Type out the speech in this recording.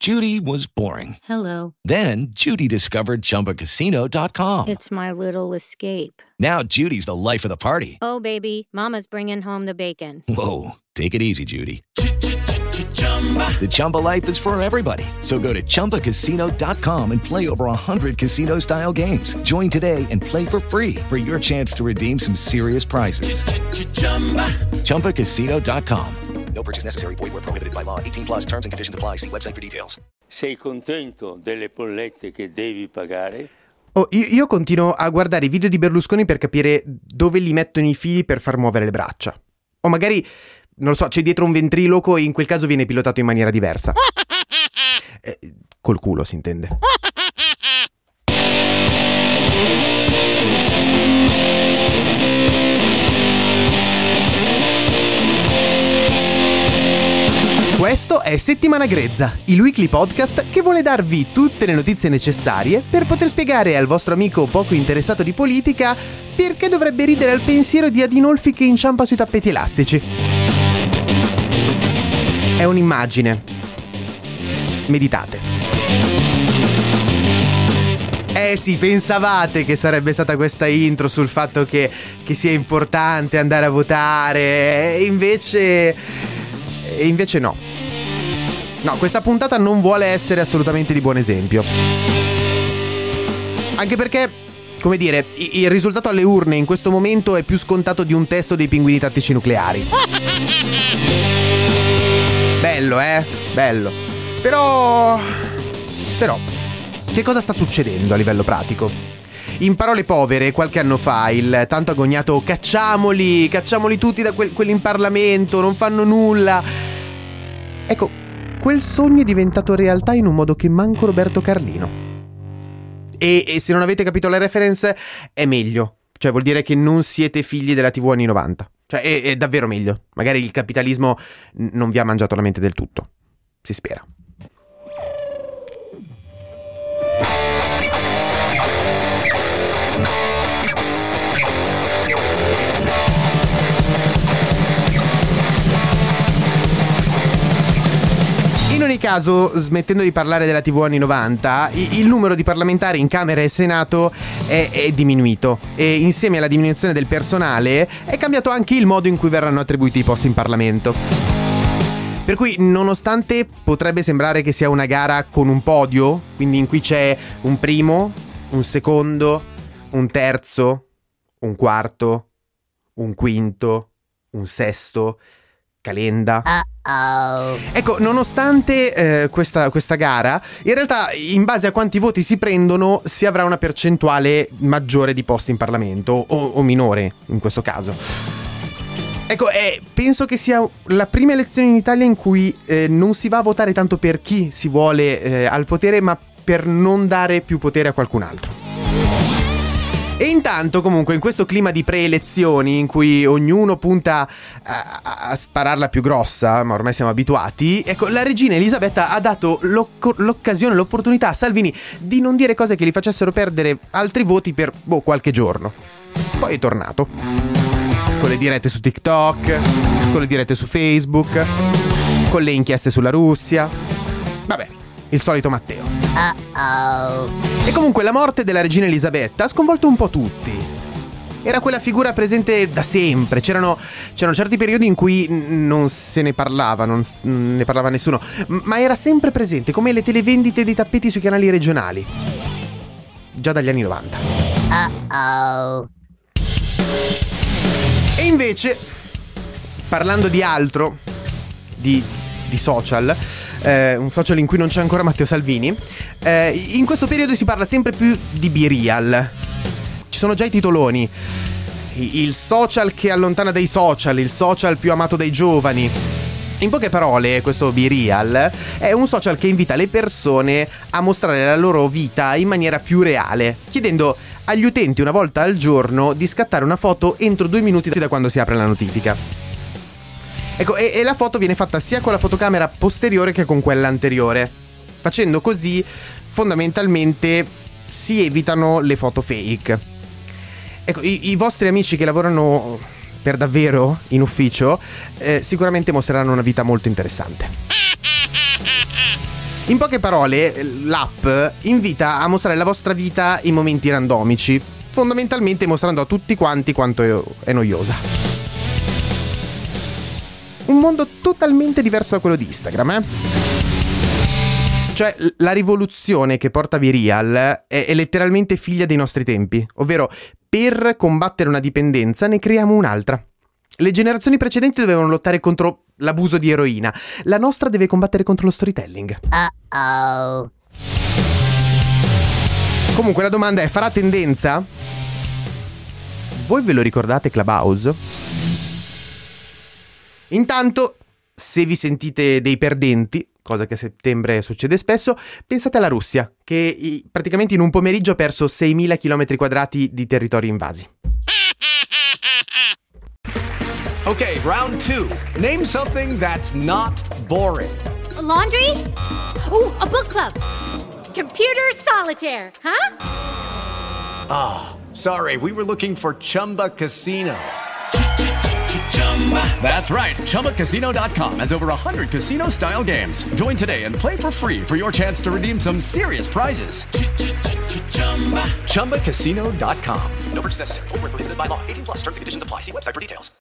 Judy was boring. Hello. Then Judy discovered ChumbaCasino.com. It's my little escape. Now Judy's the life of the party. Oh, baby, mama's bringing home the bacon. Whoa, take it easy, Judy. The Chumba life is for everybody. So go to ChumbaCasino.com and play over 100 casino-style games. Join today and play for free for your chance to redeem some serious prizes. ChumbaCasino.com. No purchase necessary. Void where prohibited by law. 18 plus terms and conditions apply. See website for details. Sei contento delle bollette che devi pagare? Oh, io continuo a guardare i video di Berlusconi per capire dove gli mettono i fili per far muovere le braccia. O magari, non lo so, c'è dietro un ventriloquo e in quel caso viene pilotato in maniera diversa. Col culo, si intende. Questo è Settimana Grezza, il weekly podcast che vuole darvi tutte le notizie necessarie per poter spiegare al vostro amico poco interessato di politica perché dovrebbe ridere al pensiero di Adinolfi che inciampa sui tappeti elastici. È un'immagine. Meditate. Sì, pensavate che sarebbe stata questa intro sul fatto che sia importante andare a votare, e invece no. No, questa puntata non vuole essere assolutamente di buon esempio. Anche perché, come dire, il risultato alle urne in questo momento è più scontato di un testo dei pinguini tattici nucleari. Bello, bello. Però, che cosa sta succedendo a livello pratico? In parole povere, qualche anno fa, il tanto agognato cacciamoli tutti da quelli in Parlamento, non fanno nulla. Ecco, quel sogno è diventato realtà in un modo che manco Roberto Carlino. E se non avete capito la reference, è meglio. Cioè, vuol dire che non siete figli della TV anni 90. Cioè, è davvero meglio. Magari il capitalismo non vi ha mangiato la mente del tutto. Si spera. In ogni caso, smettendo di parlare della TV anni 90, il numero di parlamentari in Camera e Senato è diminuito e insieme alla diminuzione del personale è cambiato anche il modo in cui verranno attribuiti i posti in Parlamento. Per cui, nonostante potrebbe sembrare che sia una gara con un podio, quindi in cui c'è un primo, un secondo, un terzo, un quarto, un quinto, un sesto, Calenda. Ecco, nonostante questa gara, in realtà in base a quanti voti si prendono si avrà una percentuale maggiore di posti in Parlamento o minore in questo caso. Ecco, penso che sia la prima elezione in Italia in cui non si va a votare tanto per chi si vuole al potere, ma per non dare più potere a qualcun altro. E intanto, comunque, in questo clima di preelezioni in cui ognuno punta a spararla più grossa, ma ormai siamo abituati, ecco, la regina Elisabetta ha dato l'occasione, l'opportunità a Salvini di non dire cose che gli facessero perdere altri voti per qualche giorno. Poi è tornato con le dirette su TikTok, con le dirette su Facebook, con le inchieste sulla Russia. Vabbè, il solito Matteo. E comunque la morte della regina Elisabetta ha sconvolto un po' tutti. Era quella figura presente da sempre. C'erano certi periodi in cui non se ne parlava, non ne parlava nessuno, ma era sempre presente, come le televendite dei tappeti sui canali regionali, già dagli anni 90. E invece, parlando di altro, di social, un social in cui non c'è ancora Matteo Salvini, in questo periodo si parla sempre più di BeReal. Ci sono già i titoloni: il social che allontana dai social, il social più amato dai giovani. In poche parole, questo BeReal è un social che invita le persone a mostrare la loro vita in maniera più reale, chiedendo agli utenti una volta al giorno di scattare una foto entro 2 minuti da quando si apre la notifica. Ecco, e la foto viene fatta sia con la fotocamera posteriore che con quella anteriore. Facendo così, fondamentalmente, si evitano le foto fake. Ecco, i vostri amici che lavorano per davvero in ufficio sicuramente mostreranno una vita molto interessante. In poche parole, l'app invita a mostrare la vostra vita in momenti randomici, fondamentalmente mostrando a tutti quanti quanto è noiosa. Un mondo totalmente diverso da quello di Instagram, Cioè, la rivoluzione che porta BeReal è letteralmente figlia dei nostri tempi, ovvero per combattere una dipendenza ne creiamo un'altra. Le generazioni precedenti dovevano lottare contro l'abuso di eroina, la nostra deve combattere contro lo storytelling. Uh-oh. Comunque la domanda è, farà tendenza? Voi ve lo ricordate Clubhouse? Intanto, se vi sentite dei perdenti, cosa che a settembre succede spesso, pensate alla Russia, che praticamente in un pomeriggio ha perso 6.000 km² di territori invasi. Okay, round 2. Name something that's not boring. A laundry? Ooh, a book club. Computer solitaire, huh? Ah, sorry, we were looking for Chumba Casino. That's right, ChumbaCasino.com has over 100 casino-style games. Join today and play for free for your chance to redeem some serious prizes. ChumbaCasino.com. No purchase necessary. Void where prohibited by law. 18+ terms and conditions apply. See website for details.